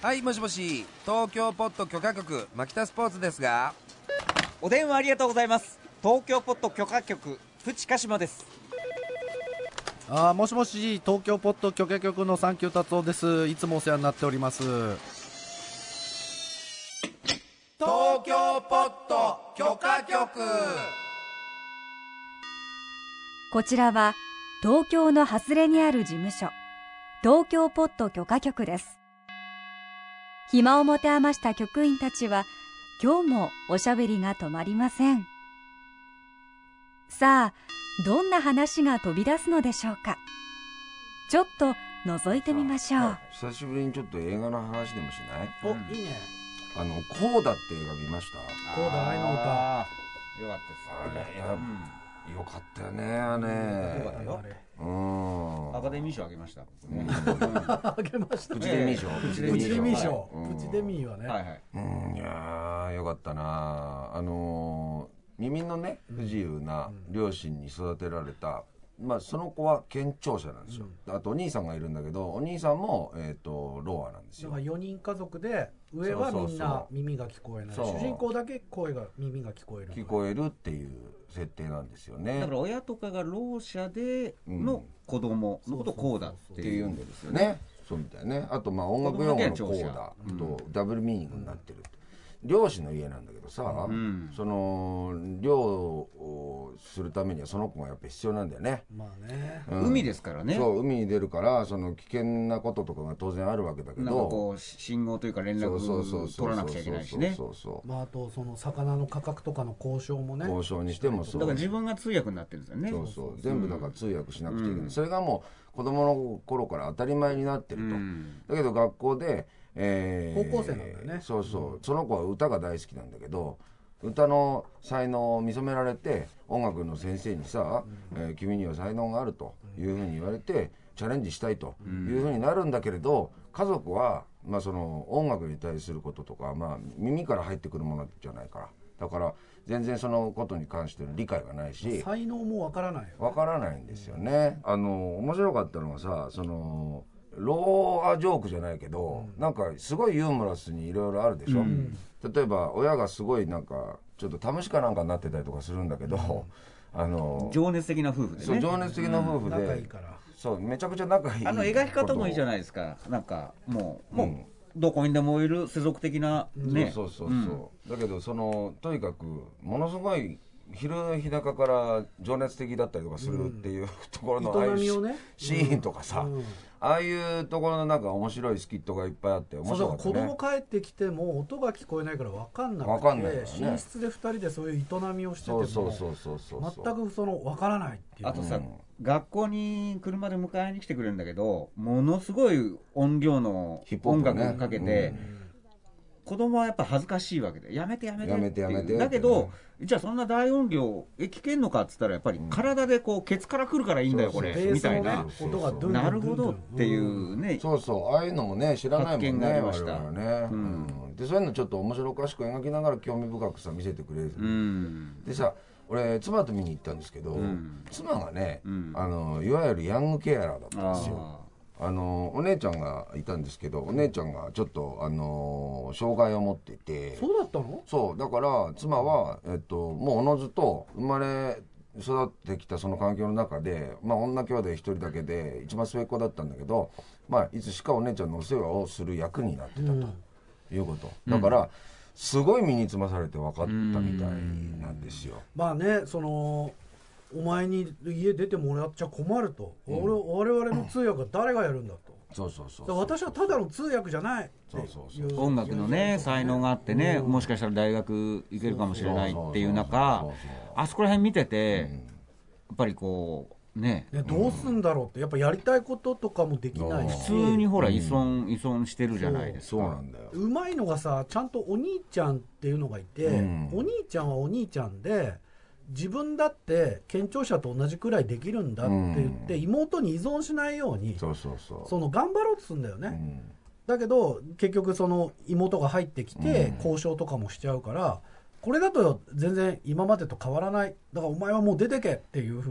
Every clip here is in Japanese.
はい、もしもし、東京ポット許可局牧田スポーツですが。 お電話ありがとうございます。東京ポット許可局プチカシマです。 もしもし、東京ポット許可局のサンキュー達夫です。いつもお世話になっております。 東京ポット許可局。 こちらは東京の外れにある事務所、東京ポット許可局です。暇を持て余した局員たちは今日もおしゃべりが止まりません。さあ、どんな話が飛び出すのでしょうか。ちょっと覗いてみましょう。 久しぶりにちょっと映画の話でもしない？ いいね。 コーダって映画見ました？ コーダ愛の歌。 よかったです。 よかったよね、あれ。 よかったよ。アカデミー賞あげました。 あげましたね。 プチデミー賞。 プチデミー賞。プチデミーはね。 はいはい。 いやー、よかったな。耳のね不自由な両親に育てられた、その子は健聴者なんですよ。あとお兄さんがいるんだけど、お兄さんもろうあなんですよ。 だから4人家族で、上はみんな耳が聞こえない、主人公だけ耳が聞こえるっていう設定なんですよね。 だから親とかがろう者での子供のことをコーダって言うんですよね。 そうみたいね。あと音楽用語のコーダとダブルミーニングになってる。漁師の家なんだけどさ、その漁をするためにはその子がやっぱ必要なんだよね。 海ですからね。 そう、海に出るからその危険なこととかが当然あるわけだけど、 なんかこう信号というか連絡取らなくちゃいけないしね。 あとその魚の価格とかの交渉もね。 交渉にしてもそう。 だから自分が通訳になってるんですよね。 そう全部だから通訳しなくちゃいけない。それがもう子供の頃から当たり前になってると。だけど学校で高校生なんだよね。 その子は歌が大好きなんだけど、歌の才能を認められて音楽の先生にさ、君には才能があるというふうに言われてチャレンジしたいというふうになるんだけれど、家族はその音楽に対することとか、耳から入ってくるものじゃないから、だから全然そのことに関しての理解がないし、 才能もわからないよね。 わからないんですよね。面白かったのがさ、そのローアジョークじゃないけど、なんかすごいユーモラスにいろいろあるでしょ。例えば親がすごいなんかちょっとタムシかなんかになってたりとかするんだけど、 情熱的な夫婦でね。 そう、情熱的な夫婦で、 仲いいから、 そうめちゃくちゃ仲いい。 描き方もいいじゃないですか。なんかもうどこにでもいる世俗的なね。 そうだけどとにかくものすごい昼日中から情熱的だったりとかするっていうところのああいうシーンとかさ、ああいうところのなんか面白いスキットがいっぱいあって面白かったね。 子供帰ってきても音が聞こえないから分かんなくて、寝室で2人でそういう営みをしてても全く分からないっていう。 あとさ、学校に車で迎えに来てくれるんだけど、ものすごい音量の音楽をかけて、子供はやっぱ恥ずかしいわけで、やめてだけど、じゃあそんな大音量聞けんのかっつったら、やっぱり体でこうケツから来るからいいんだよこれみたいな。なるほどっていうね。 ああいうのもね知らないもんね、我々ね。でそういうのちょっと面白おかしく描きながら興味深くさ見せてくれる。でさ、俺妻と見に行ったんですけど、妻がねいわゆるヤングケアラーだったんですよ。お姉ちゃんがいたんですけど、お姉ちゃんがちょっと障害を持っていて。 そうだったの？ そうだから妻はもうおのずと生まれ育ってきたその環境の中で、女兄弟一人だけで一番末っ子だったんだけど、いつしかお姉ちゃんのお世話をする役になってたということ、だからすごい身につまされて分かったみたいなんですよ。 お前に家出てもらっちゃ困ると、我々の通訳は誰がやるんだと。私はただの通訳じゃない。 音楽のね才能があってね、もしかしたら大学行けるかもしれないっていう中、あそこら辺見てて、やっぱりこうね、 どうすんだろうって、やっぱやりたいこととかもできないし、 普通にほら依存してるじゃないですか。 そうなんだよ。 うまいのがさ、ちゃんとお兄ちゃんっていうのがいて、お兄ちゃんはお兄ちゃんで自分だって健聴者と同じくらいできるんだって言って、妹に依存しないように頑張ろうとするんだよね。だけど結局その妹が入ってきて交渉とかもしちゃうから、これだと全然今までと変わらない、だからお前はもう出てけっていうふうに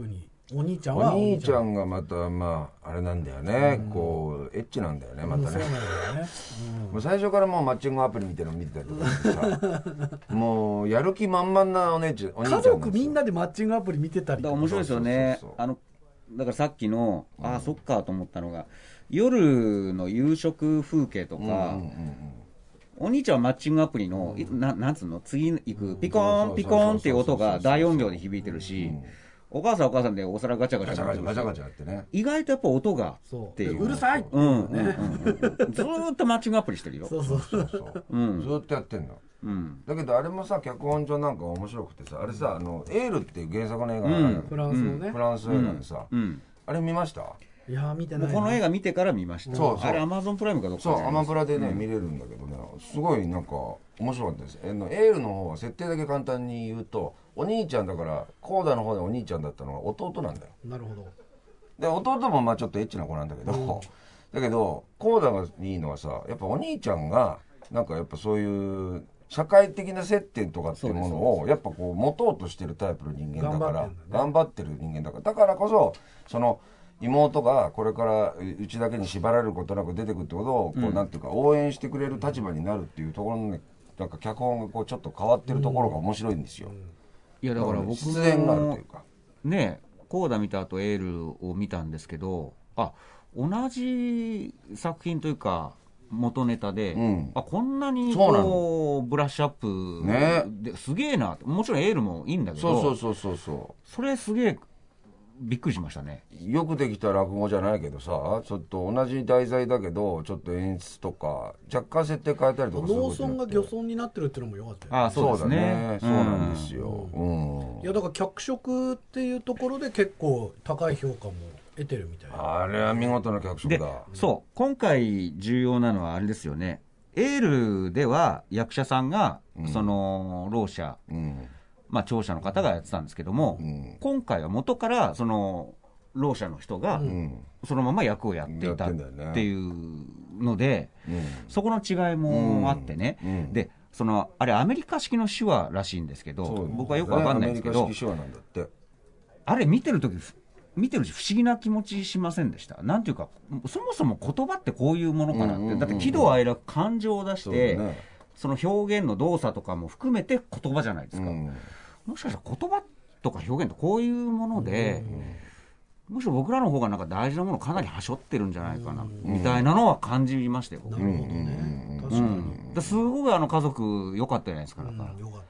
お兄ちゃんはお兄ちゃんがまたまああれなんだよね、こうエッチなんだよねまたね。 そうなんだよね、 もう最初からもうマッチングアプリみたいなの見てたりとかしてさもうやる気満々なお兄ちゃん家族みんなでマッチングアプリ見てたりとか面白いですよね。だからさっきのそっかと思ったのが夜の夕食風景とか、お兄ちゃんはマッチングアプリのなんつうの次行くピコーンピコーンっていう音が大音量で響いてるし、お母さんお母さんでお皿ガチャガチャガチャガチャってね、 意外とやっぱ音がっていう、 うるさいっていうね、 ずーっとマッチングアプリしてるよ。 そうそうそう、 ずーっとやってんの。だけどあれもさ脚本上なんか面白くてさ、あれさエールっていう原作の映画がある、 フランスのね、 フランス映画でさ、あれ見ました？ いや見てない。 この映画見てから見ました。 そうあれアマゾンプライムかどっかそうアマプラでね見れるんだけどね、すごいなんか面白かったです。エールの方は設定だけ簡単に言うと、お兄ちゃんだからコーダの方でお兄ちゃんだったのが弟なんだよ。 なるほど。 で弟もまあちょっとエッチな子なんだけど、だけどコーダがいいのはさ、やっぱお兄ちゃんがなんかやっぱそういう社会的な接点とかっていうものをやっぱこう持とうとしてるタイプの人間だから、頑張ってる人間だから、だからこそその妹がこれからうちだけに縛られることなく出てくるってことをこうなんていうか応援してくれる立場になるっていうところのね、なんか脚本がこうちょっと変わってるところが面白いんですよ。 いやだから僕も必然があるというかね、コーダ見た後エールを見たんですけど、同じ作品というか元ネタで、こんなにこうブラッシュアップですげえな、もちろんエールもいいんだけど、それすげえびっくりしましたね。 よくできた落語じゃないけどさ、ちょっと同じ題材だけどちょっと演出とか若干設定変えたりとかする。 農村が漁村になってるっていうのもよかったよね。 そうですね、 そうなんですよ。 いやだから脚色っていうところで結構高い評価も得てるみたいな。 あれは見事な脚色だ。 そう今回重要なのはあれですよね。エールでは役者さんがそのろう者、聴者の方がやってたんですけども、今回は元からそのろう者の人がそのまま役をやっていたっていうので、そこの違いもあってね、でそのあれアメリカ式の手話らしいんですけど、僕はよくわかんないんですけど、あれ見てる時不思議な気持ちしませんでした？なんていうか、そもそも言葉ってこういうものかなって、だって喜怒哀楽感情を出して、その表現の動作とかも含めて言葉じゃないですか。もしかしたら言葉とか表現ってこういうもので、むしろ僕らの方がなんか大事なものかなりはしょってるんじゃないかな、みたいなのは感じましたよ。 なるほどね、確かに。 すごい家族良かったじゃないですか。 よかった。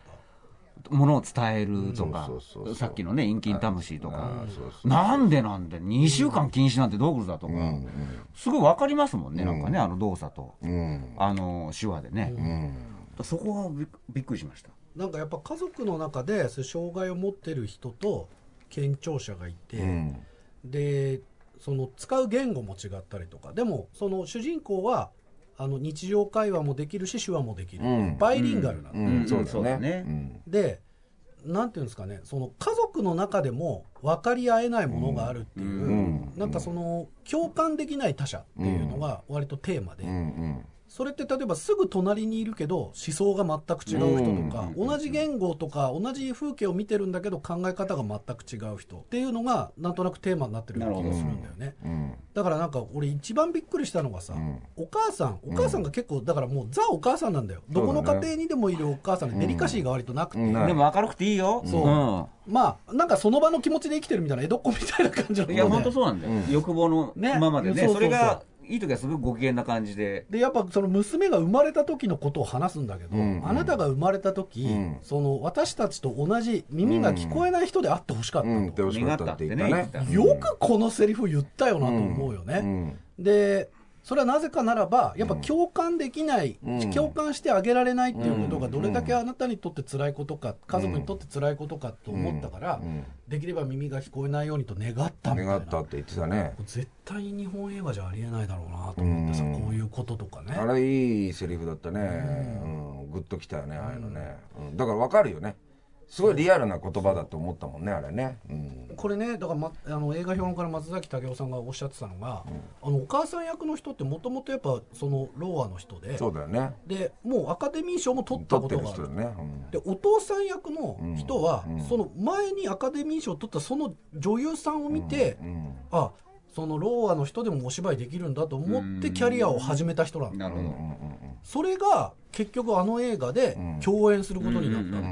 ものを伝えるとか、さっきのね陰菌魂とか、なんで2週間禁止なんてどういうことだとか、すごい分かりますもんね、なんかね、動作と、手話でね、そこはびっくりしました。 なんかやっぱ家族の中で障害を持ってる人と健聴者がいて、でその使う言語も違ったりとか、でもその主人公は日常会話もできるし手話もできる、バイリンガルなんで、 そうだね。 でなんていうんですかね、その家族の中でも分かり合えないものがあるっていう、なんかその共感できない他者っていうのが割とテーマで、それって例えばすぐ隣にいるけど思想が全く違う人とか、同じ言語とか同じ風景を見てるんだけど考え方が全く違う人っていうのがなんとなくテーマになってるような気がするんだよね。だからなんか俺一番びっくりしたのがさ、お母さんが結構だからもうザお母さんなんだよ。どこの家庭にでもいるお母さんでデリカシーが割となくて、 でも明るくていいよ。 まあなんかその場の気持ちで生きてるみたいな江戸っ子みたいな感じの。 いや本当そうなんだよ。欲望のままでね、それがいい時はすごいご機嫌な感じで、 やっぱその娘が生まれた時のことを話すんだけど、あなたが生まれた時、その私たちと同じ耳が聞こえない人であってほしかったと、 願ったってね。 よくこのセリフ言ったよなと思うよね。でそれはなぜかならばやっぱ共感できない、共感してあげられないっていうことがどれだけあなたにとって辛いことか、家族にとって辛いことかと思ったから、できれば耳が聞こえないようにと願ったみたいな。 願ったって言ってたね。 絶対日本映画じゃありえないだろうなと思ってさ、こういうこととかね。 あれいいセリフだったね。グッときたよね、ああいうのね。だから分かるよね。 すごいリアルな言葉だと思ったもんねあれね、 これねだから、映画評論家の松崎武夫さんがおっしゃってたのが、お母さん役の人ってもともとやっぱそのローアの人で、 そうだよね、 でもうアカデミー賞も取ったことがある、 ね、 でお父さん役の人は、その前にアカデミー賞を取ったその女優さんを見て、あそのローアの人でもお芝居できるんだと思ってキャリアを始めた人なんだ、それが結局あの映画で共演することになったっていう、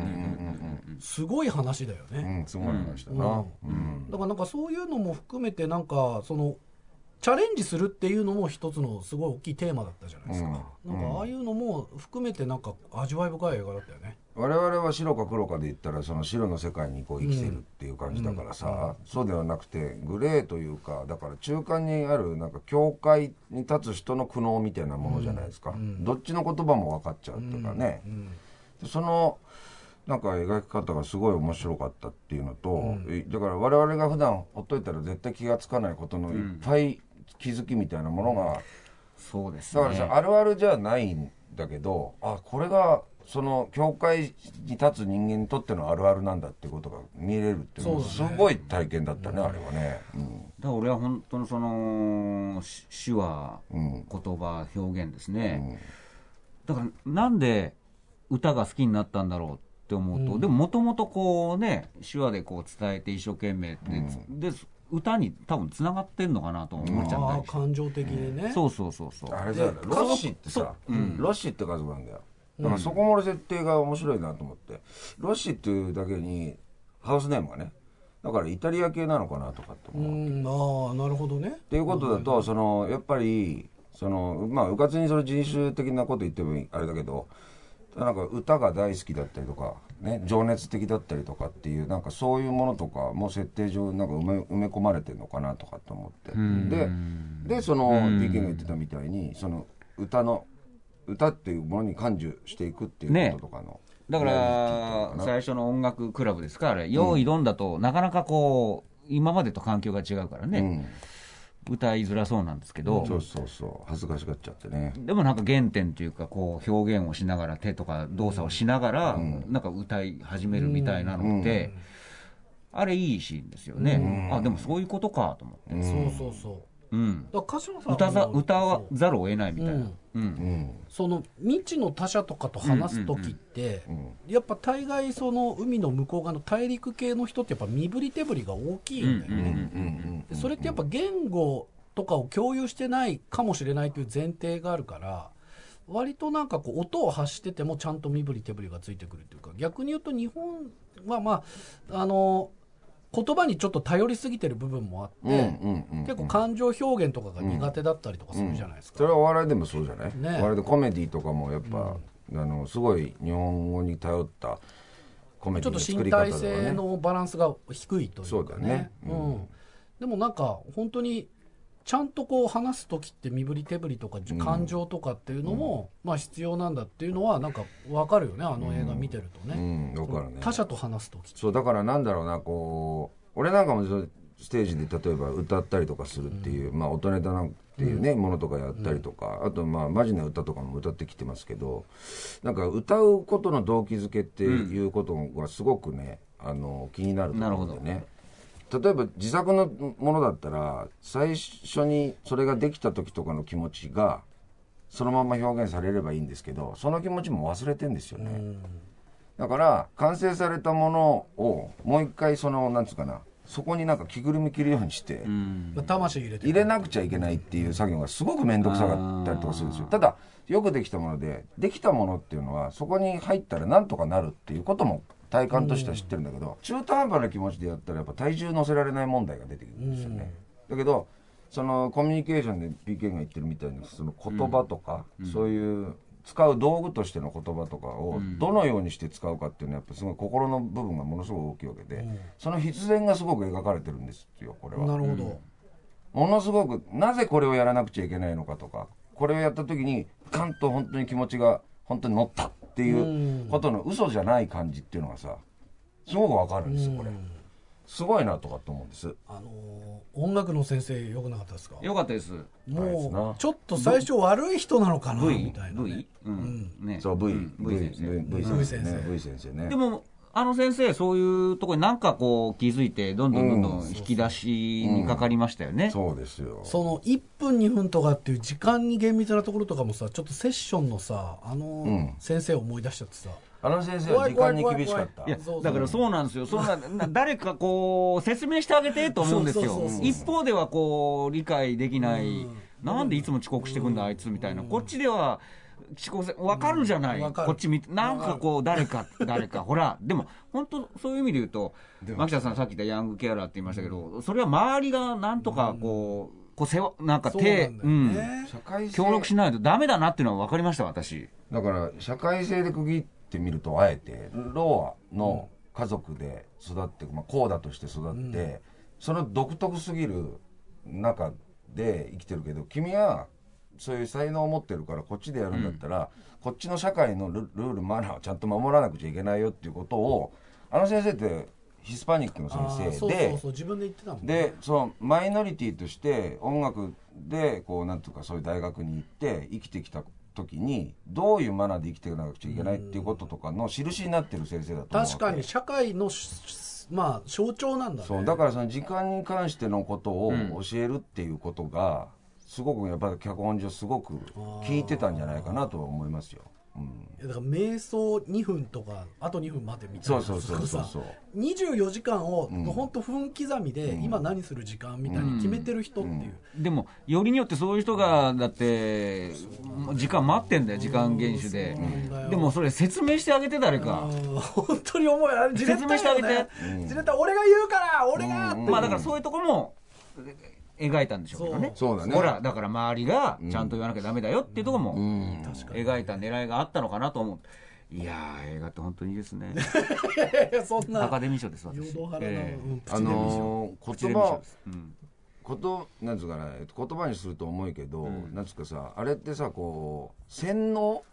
すごい話だよね、 すごい話だな、 だからなんかそういうのも含めてなんかそのチャレンジするっていうのも一つのすごい大きいテーマだったじゃないですか、なんかああいうのも含めてなんか味わい深い映画だったよね。 我々は白か黒かで言ったらその白の世界にこう生きてるっていう感じだからさ、そうではなくてグレーというか、だから中間にあるなんか境界に立つ人の苦悩みたいなものじゃないですか、どっちの言葉も分かっちゃうっていうかね、でそのなんか描き方がすごい面白かったっていうのと、だから我々が普段ほっといたら絶対気がつかないことのいっぱい気づきみたいなものが、 そうですね、 だからさあるあるじゃないんだけど、あこれがその境界に立つ人間にとってのあるあるなんだっていうことが見れるっていうのはすごい体験だったね、あれはね、 だから俺は本当にその手話、言葉表現ですね、だからなんで歌が好きになったんだろうって思うと、でももともとこうね手話でこう伝えて一生懸命で歌に多分つながってんのかなと思っちゃったりして、 感情的にね、 そうあれじゃロッシーってさ、ロッシーって家族なんだよ。だからそこも俺設定が面白いなと思って、ロッシーっていうだけにハウスネームがね、だからイタリア系なのかなとかって思う。なるほどね。 っていうことだと、そのやっぱりそのまあうかつにその人種的なこと言ってもあれだけど、なんか歌が大好きだったりとかね、情熱的だったりとかっていうなんかそういうものとかも設定上なんか埋め込まれてるのかなとかと思って、でその PK が言ってたみたいにその歌っていうものに感受していくっていうこととかの、 だから最初の音楽クラブですか、あれ用意ドンだとなかなかこう今までと環境が違うからね、歌いづらそうなんですけど、 そう恥ずかしがっちゃってね、 でもなんか原点というかこう表現をしながら手とか動作をしながらなんか歌い始めるみたいなのって、あれいいシーンですよね、あでもそういうことかと思って、 そうだから柏さん歌わざるを得ないみたいな、 その未知の他者とかと話す時って、やっぱ大概その海の向こう側の大陸系の人ってやっぱ身振り手振りが大きいんだよね。それってやっぱ言語とかを共有してないかもしれないという前提があるから、割となんかこう音を発しててもちゃんと身振り手振りがついてくるというか、逆に言うと日本はまあ言葉にちょっと頼りすぎてる部分もあって、結構感情表現とかが苦手だったりとかするじゃないですか、 それはお笑いでもそうじゃない、お笑いでコメディとかもやっぱ、すごい日本語に頼ったコメディの作り方だからね、 ちょっと身体性のバランスが低いというかね、でもなんか本当にちゃんとこう話す時って身振り手振りとか感情とかっていうのも、まあ必要なんだっていうのはなんか分かるよね、あの映画見てるとね、 分かるね。 他者と話す時、 そうだからなんだろうな、こう俺なんかもステージで例えば歌ったりとかするっていう、まあ音ネタなんていうね、ものとかやったりとか、あとまあマジな歌とかも歌ってきてますけど、なんか歌うことの動機づけっていうことがすごくね、気になると思うんだよね。例えば自作のものだったら最初にそれができた時とかの気持ちがそのまま表現されればいいんですけど、その気持ちも忘れてんですよね。だから完成されたものをもう一回そのなんつうかな、そこになんか着ぐるみ着るようにして魂入れなくちゃいけないっていう作業がすごく面倒くさかったりとかするんですよ。ただよくできたもので、できたものっていうのはそこに入ったらなんとかなるっていうことも体感としては知ってるんだけど、中途半端な気持ちでやったらやっぱ体重乗せられない問題が出てくるんですよね。だけどそのコミュニケーションで PK が言ってるみたいにその言葉とか、そういう使う道具としての言葉とかをどのようにして使うかっていうのはやっぱすごい心の部分がものすごく大きいわけで、その必然がすごく描かれてるんですよ、これは。 なるほど。 ものすごくなぜこれをやらなくちゃいけないのかとか、これをやった時にカンと本当に気持ちが本当に乗ったっていうことの嘘じゃない感じっていうのがさ、すごくわかるんですよ、これ。すごいなとかと思うんです。 音楽の先生良くなかったですか？ 良かったです。 もうちょっと最初悪い人なのかなみたいな、ね。 そう V 先生ね。 でも先生そういうところになんかこう気づいてどんどん引き出しにかかりましたよね。 そうですよ。 その1分2分とかっていう時間に厳密なところとかもさ、ちょっとセッションのさ先生を思い出しちゃってさ、 先生は時間に厳しかった。 いやだからそうなんですよ。そんな誰かこう説明してあげてと思うんですよ。一方ではこう理解できない、なんでいつも遅刻してくんだあいつみたいな、こっちでは遅刻分かるじゃない、こっち見てなんかこう誰かほらでも本当そういう意味で言うと、牧田さんさっき言ったヤングケアラーって言いましたけど、それは周りがなんとかこう世話なんか社会協力しないとダメだなっていうのは分かりました。私だから社会性で区切ってみると、あえてローアの家族で育って、コーダとして育って、その独特すぎる中で生きてるけど、君はそういう才能を持ってるからこっちでやるんだったら、こっちの社会のルールマナーをちゃんと守らなくちゃいけないよっていうことを、先生ってヒスパニックの先生で、 自分で言ってたもんね。 でそのマイノリティとして音楽でこうなんていうかそういう大学に行って生きてきた時にどういうマナーで生きていかなくちゃいけないっていうこととかの印になってる先生だと思う。 確かに社会の象徴なんだね。 そうだからその時間に関してのことを教えるっていうことが、すごくやっぱり脚本上すごく効いてたんじゃないかなとは思いますよ。 だから瞑想2分とかあと2分待てみたいな、 そう 24時間を本当分刻みで今何する時間みたいに決めてる人っていう、 でもよりによってそういう人がだって時間待ってんだよ、時間厳守で。でもそれ説明してあげて、誰か本当に思うよ、 説明してあげて、 俺が言うから俺がだからそういうとこも描いたんでしょうけどね。 そうだね。 ほらだから周りがちゃんと言わなきゃダメだよっていうところも描いた狙いがあったのかなと思う。いやー映画って本当にいいですね。 そんなアカデミー賞です。 私言葉なんつうかな、言葉にすると重いけど、なんつうかさ、あれってさこう洗脳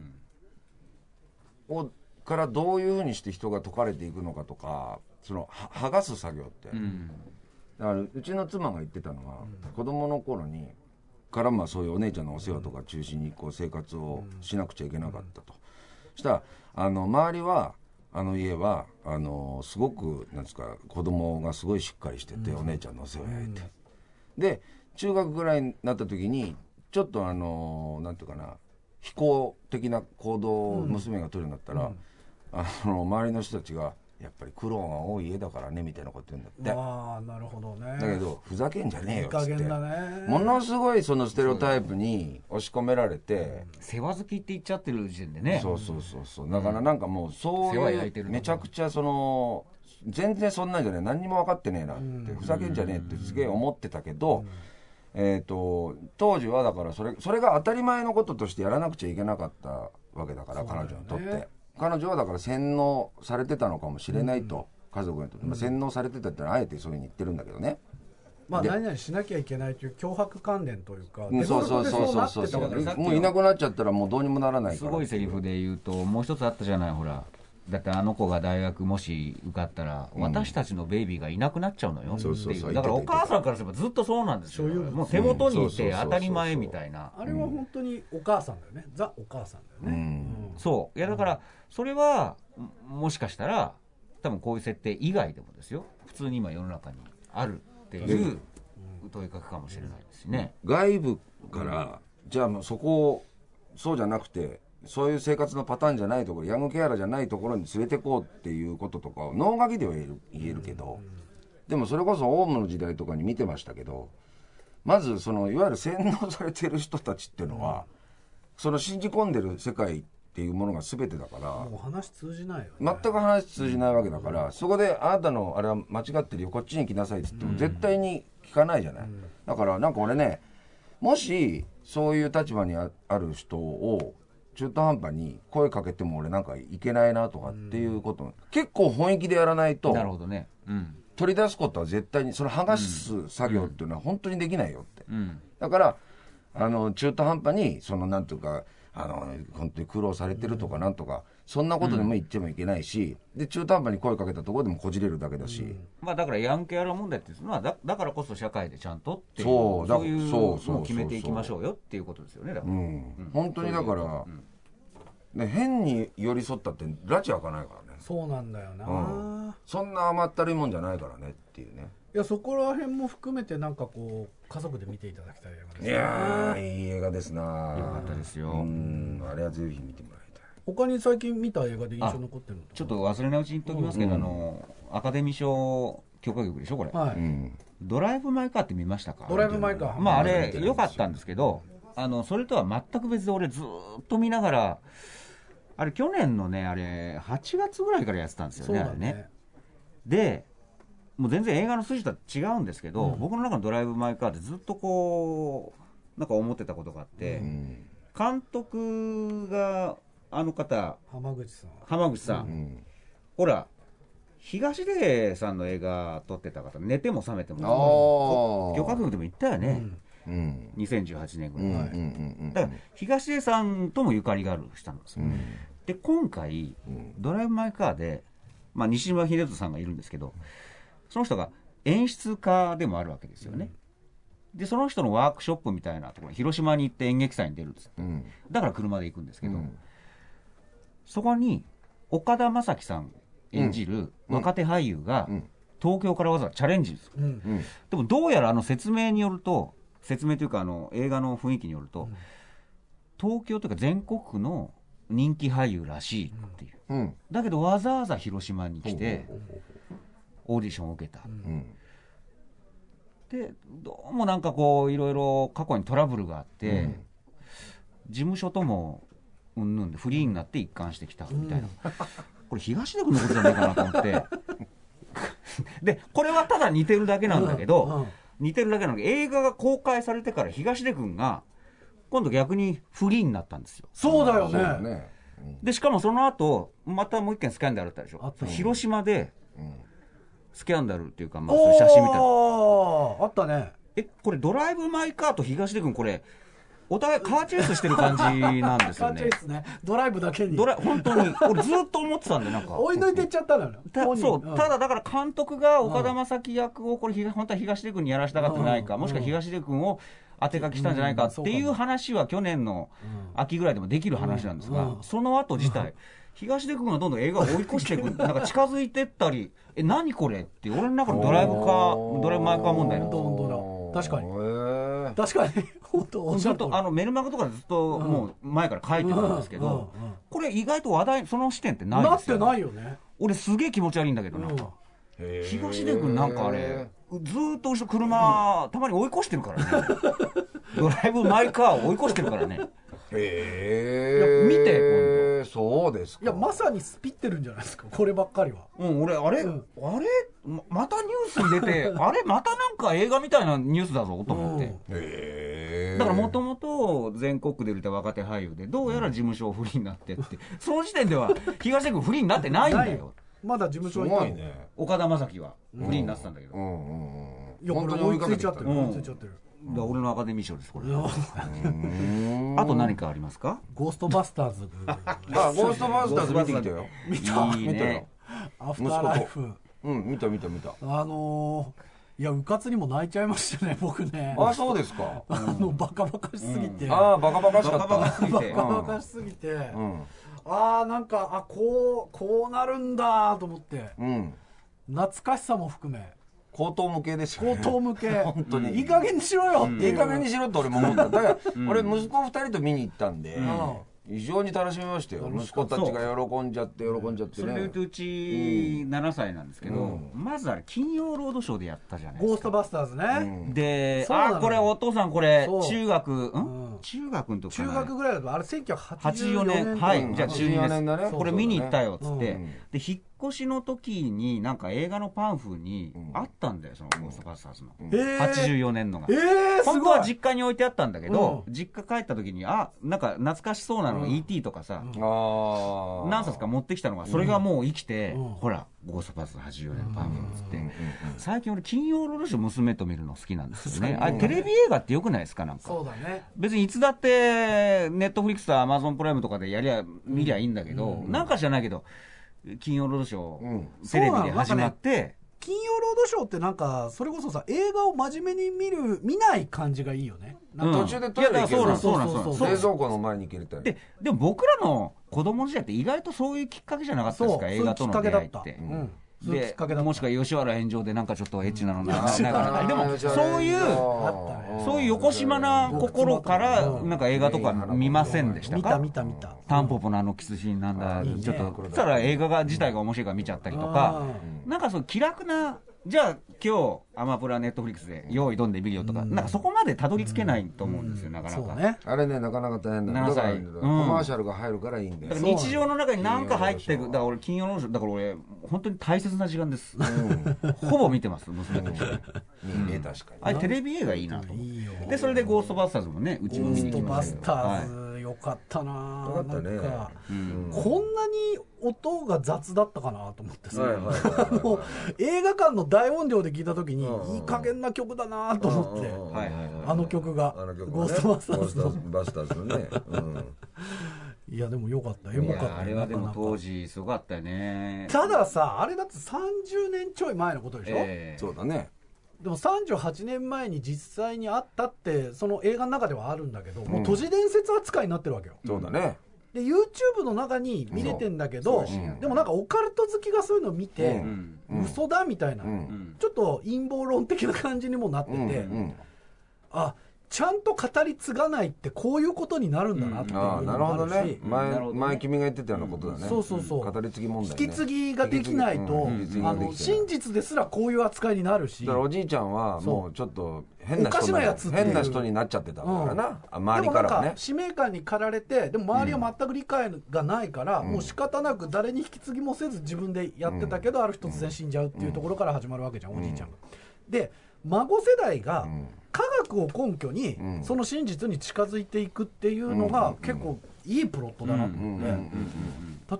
をからどういうふうにして人が解かれていくのかとか、その剥がす作業って、だからうちの妻が言ってたのは、子供の頃にからそういうお姉ちゃんのお世話とか中心にこう生活をしなくちゃいけなかったと。したら周りは家はすごくなんですか、子供がすごいしっかりしてて、お姉ちゃんのお世話やれて、で中学ぐらいになった時にちょっとなんていうかな、非行的な行動を娘が取るようになったら、周りの人たちがやっぱり苦労が多い家だからねみたいなこと言うんだって。 ああなるほどね。 だけどふざけんじゃねえよっつって、 いい加減だね、 ものすごいそのステレオタイプに押し込められて、 世話好きって言っちゃってる時点でね。 そうだからなんかもうそういうめちゃくちゃその全然そんなんじゃない、何にも分かってねえなって、ふざけんじゃねえってすげえ思ってたけど、当時はだからそれが当たり前のこととしてやらなくちゃいけなかったわけだから、彼女にとって。彼女はだから洗脳されてたのかもしれないと、家族にとって、洗脳されてたってのはあえてそういうふうに言ってるんだけどね。 何々しなきゃいけないという脅迫観念というか、 そうもういなくなっちゃったらもうどうにもならないから。 すごいセリフで言うともう一つあったじゃない、ほらだってあの子が大学もし受かったら、私たちのベイビーがいなくなっちゃうのよっていう。だからお母さんからすればずっとそうなんですよ。もう手元にいて当たり前みたいな。 あれは本当にお母さんだよね、ザお母さんだよね。 そういやだからそれはもしかしたら多分こういう設定以外でもですよ、普通に今世の中にあるっていう問いかけかもしれないですね。 外部からじゃあもうそこをそうじゃなくて、そういう生活のパターンじゃないところ、ヤングケアラーじゃないところに連れてこうっていうこととかを脳書きでは言えるけど、でもそれこそオウムの時代とかに見てましたけど、まずそのいわゆる洗脳されてる人たちっていうのは、その信じ込んでる世界っていうものが全てだから、 もう話通じないよね。 全く話通じないわけだから、そこであなたのあれは間違ってるよ、こっちに来なさいって言っても絶対に聞かないじゃない。だからなんか俺ね、もしそういう立場にある人を中途半端に声かけても俺なんかいけないなとかっていうこと、結構本気でやらないと、 なるほどね、 取り出すことは絶対に、その剥がす作業っていうのは本当にできないよって、だから中途半端にそのなんていうか本当に苦労されてるとかなんとか、そんなことでも言ってもいけないし、で中途半端に声かけたところでもこじれるだけだし、 だからヤングケアラー問題っていうのはだからこそ社会でちゃんとっていう、 そういうのを決めていきましょうよっていうことですよね。だから本当にだから、 で変に寄り添ったって拉致開かないからね。 そうなんだよな、 そんな甘ったるいもんじゃないからねっていうね。 いやそこら辺も含めてなんかこう家族で見ていただきたい映画ですね。 いやーいい映画ですな。 よかったですよ。 あれはぜひ見てもらいたい。 他に最近見た映画で印象残ってるのちょっと忘れないうちに言っておきますけど、アカデミー賞許可局でしょこれ、 はい、 ドライブ・マイ・カーって見ましたか？ ドライブ・マイ・カー、 まああれ良かったんですけど、それとは全く別で俺ずっと見ながら、あれ去年のねあれ8月ぐらいからやってたんですよね。あれね。でもう全然映画の筋とは違うんですけど、僕の中のドライブ・マイ・カーってずっとこうなんか思ってたことがあって、監督があの方浜口さん、ほら東出さんの映画撮ってた方、寝ても覚めても許可局でも言ったよね、2018年ぐらい、だから東出さんともゆかりがある人なんですよ、で今回、ドライブ・マイ・カーで、西島秀人さんがいるんですけど、その人が演出家でもあるわけですよね、でその人のワークショップみたいなところ、広島に行って演劇祭に出るんです、だから車で行くんですけど、そこに岡田将生さん演じる若手俳優が東京からわざわざチャレンジです、でもどうやら説明によると、説明というか映画の雰囲気によると、東京というか全国区の人気俳優らしいっていう、だけどわざわざ広島に来てオーディションを受けた、でどうもなんかこういろいろ過去にトラブルがあって、事務所ともうんぬんでフリーになって一貫してきたみたいな、これ東出君のことじゃないかなと思ってでこれはただ似てるだけなんだけど、映画が公開されてから東出君が今度逆にフリーになったんですよ。 そうだよね、 でしかもその後またもう一件スキャンダルあったでしょ、広島でスキャンダルっていうか、そういう写真みたいなあったね。 これドライブ・マイ・カーと東出君、これお互いカーチェイスしてる感じなんですよね。 カーチェイスね、ドライブだけに。 本当に俺ずっと思ってたんで、なんか追い抜いていっちゃったのよ。 そう、ただだから監督が岡田将生役をこれ本当は東出君にやらせたがってないか、もしくは東出君を当て書きしたんじゃないかっていう話は去年の秋ぐらいでもできる話なんですが、その後自体東出君がどんどん映画を追い越していくなんか近づいてったり、何これって俺の中のドライブ・マイ・カー問題なんですよ。 確かに本当ずっとメルマガとかでずっともう前から書いてるんですけど、これ意外と話題その視点ってないですよね。 なってないよね。 俺すげえ気持ち悪いんだけど、なんか東出君なんかあれずっと後ろ車たまに追い越してるからねドライブ・マイ・カーを追い越してるからね。見て今度。 そうですか。 いやまさにスピってるんじゃないですか、こればっかりは。 俺あれまたニュースに出てあれまたなんか映画みたいなニュースだぞと思って、だからもともと全国区で売れた若手俳優で、どうやら事務所フリーになってって、その時点では東出君フリーになってないんだよ。 まだ事務所にいたの。 岡田将生はフリーになってたんだけど、 いやこれ追いついちゃってる、追いついちゃってる。 俺のアカデミー賞ですこれあと何かありますか？ ゴーストバスターズ。 ゴーストバスターズ見てきたよ。 いいね。 アフターライフ。 見た。 いやうかつにも泣いちゃいましたね僕ね。 そうですか。 バカバカしすぎて。 バカバカしかった。 バカバカしすぎて。なんかこうなるんだと思って。懐かしさも含め。 高等向けですよね。 高等向け。 本当に。 いい加減にしろよっていう。 いい加減にしろって俺も思った。だから俺息子2人と見に行ったんで、非常に楽しみましたよ。息子たちが喜んじゃってね。 それでいうとうち7歳なんですけど、まずあれ金曜ロードショーでやったじゃないですか。 ゴーストバスターズね。 で、これお父さんこれ中学の時中学ぐらいだと、あれ1984 年。はい、じゃあ中2 年だね。 これ見に行ったよっつって、で引っ越しの時になんか映画のパンフにあったんだよ、そのゴーストバスターズの84年のが。本当は実家に置いてあったんだけど、実家帰った時になんか懐かしそうなの E.T. とかさ、何冊か持ってきたのが、それがもう生きて、ほらゴーストバスターズ84年のパンフっつって、最近俺金曜ロードショー娘と見るの好きなんですよね。あれテレビ映画ってよくないですか？なんかそうだね。 別にいつだってネットフリックスとアマゾンプライムとかで見りゃいいんだけど、なんか知らないけど金曜ロードショーテレビで始まって、 金曜ロードショーってなんかそれこそさ映画を真面目に見ない感じがいいよね。 なんか途中でトイレ行ける、 そうなん冷蔵庫の前に行けるたり。 でも僕らの子供時代って意外とそういうきっかけじゃなかったですか、映画との出会いって。でもしくは吉原炎上でなんかちょっとエッチなのなでもそういうよこしまな心からなんか映画とか見ませんでしたか？ 見たタンポポのキスシーンなんだ、ちょっとそしたら映画自体が面白いから見ちゃったりとか、なんかそう気楽な、じゃあ今日アマプラネットフリックスで用意どんで見るよとか、なんかそこまでたどり着けないと思うんですよ、なかなか。 あれね、なかなか大変だ。だからコマーシャルが入るからいいんだよ。 日常の中に何か入ってる。だから俺金曜ロードショーだから俺本当に大切な時間です。ほぼ見てます娘たち。 確かに。 あれテレビ映画いいなと。でそれでゴーストバスターズもね、うちも見に来ました。 ゴーストバスターズよかったな。よかったね。こんなに音が雑だったかなと思ってさ、映画館の大音量で聞いた時にいい加減な曲だなと思って、あの曲がゴーストバスターズのね。いやでもよかった、よかった。 あれはでも当時すごかったよね。 たださ、あれだって30年ちょい前のことでしょ。 そうだね。 でも38年前に実際にあったってその映画の中ではあるんだけど、もう都市伝説扱いになってるわけよ。 そうだね。 で YouTube の中に見れてんだけど、でもなんかオカルト好きがそういうのを見て、嘘だみたいな、ちょっと陰謀論的な感じにもなってて、あ、ちゃんと語り継がないってこういうことになるんだなっていうのもあるし、 なるほどね。前君が言ってたようなことだね。 そうそうそう。 語り継ぎ問題ね。 引き継ぎができないと、真実ですらこういう扱いになるし。 だからおじいちゃんはもうちょっと変な人になっちゃってたからな、周りからはね。 使命感に駆られて、でも周りは全く理解がないから、もう仕方なく誰に引き継ぎもせず自分でやってたけど、ある日突然死んじゃうっていうところから始まるわけじゃん、おじいちゃんが。で孫世代が科学を根拠にその真実に近づいていくっていうのが結構いいプロットだなと思って、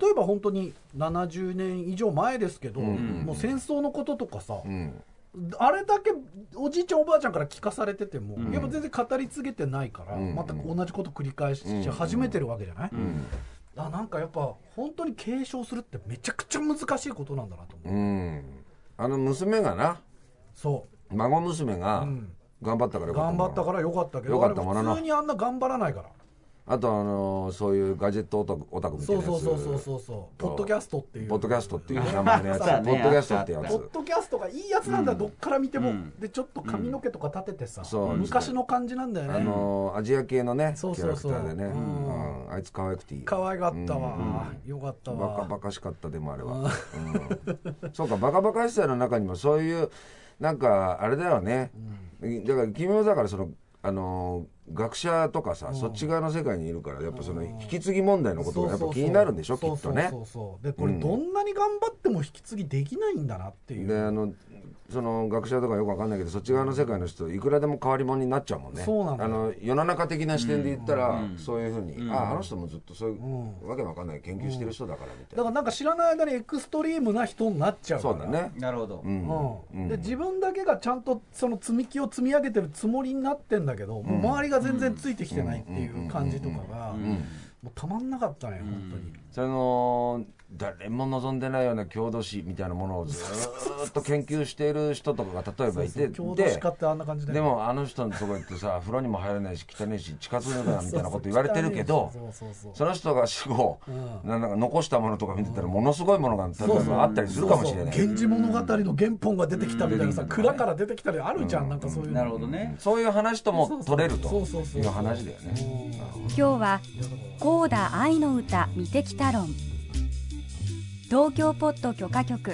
例えば本当に70年以上前ですけど、もう戦争のこととかさ、あれだけおじいちゃんおばあちゃんから聞かされてても、やっぱ全然語り継げてないから、また同じこと繰り返し始めてるわけじゃない。なんかやっぱ本当に継承するってめちゃくちゃ難しいことなんだなと思う。 あの娘がな、 そう孫娘が頑張ったからよかったけど、普通にあんな頑張らないから。 あとそういうガジェットオタクみたいなやつ、 そうポッドキャストっていう名前のやつポッドキャストってやつ、 ポッドキャストがいいやつなんだ、どっから見ても。でちょっと髪の毛とか立ててさ、昔の感じなんだよね。 アジア系のねキャラクターでね、あいつ可愛くていい、 可愛かったわ、よかったわ。 バカバカしかった。でもあれはそうか、バカバカしさの中にもそういうなんかあれだよね、だから君もだからその学者とかさ、そっち側の世界にいるから、やっぱその引き継ぎ問題のことがやっぱ気になるんでしょ、きっとね。 でこれどんなに頑張っても引き継ぎできないんだなっていう。 でその学者とかよくわかんないけど、そっち側の世界の人いくらでも変わり者になっちゃうもんね。 そうなんだよ。 世の中的な視点で言ったら、そういうふうに、あの人もずっとそういうわけわかんない研究してる人だからみたいな。 だからなんか知らない間にエクストリームな人になっちゃうから。 そうだね。 なるほど。 で自分だけがちゃんとその積み木を積み上げてるつもりになってんだけど、もう周りが全然ついてきてないっていう感じとかがもうたまんなかったね、本当に。 その誰も望んでないような郷土史みたいなものをずっと研究している人とかが例えばいて、 郷土史家ってあんな感じだよ。 でもあの人のとこ行ってさ、風呂にも入れないし汚いし地下通だみたいなこと言われてるけど、その人が死後なんか残したものとか見てたらものすごいものが例えばあったりするかもしれない。 源氏物語の原本が出てきたみたいなさ、蔵から出てきたりあるじゃん、なんかそういう。 なるほどね。 そういう話とも取れるという話だよね。 今日は幸田愛の歌見てきた論、東京ポッド許可局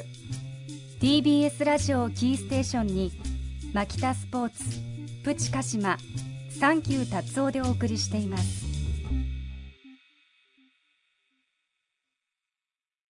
TBS ラジオをキーステーションにマキタスポーツ、プチカシマ、サンキュー達夫でお送りしています。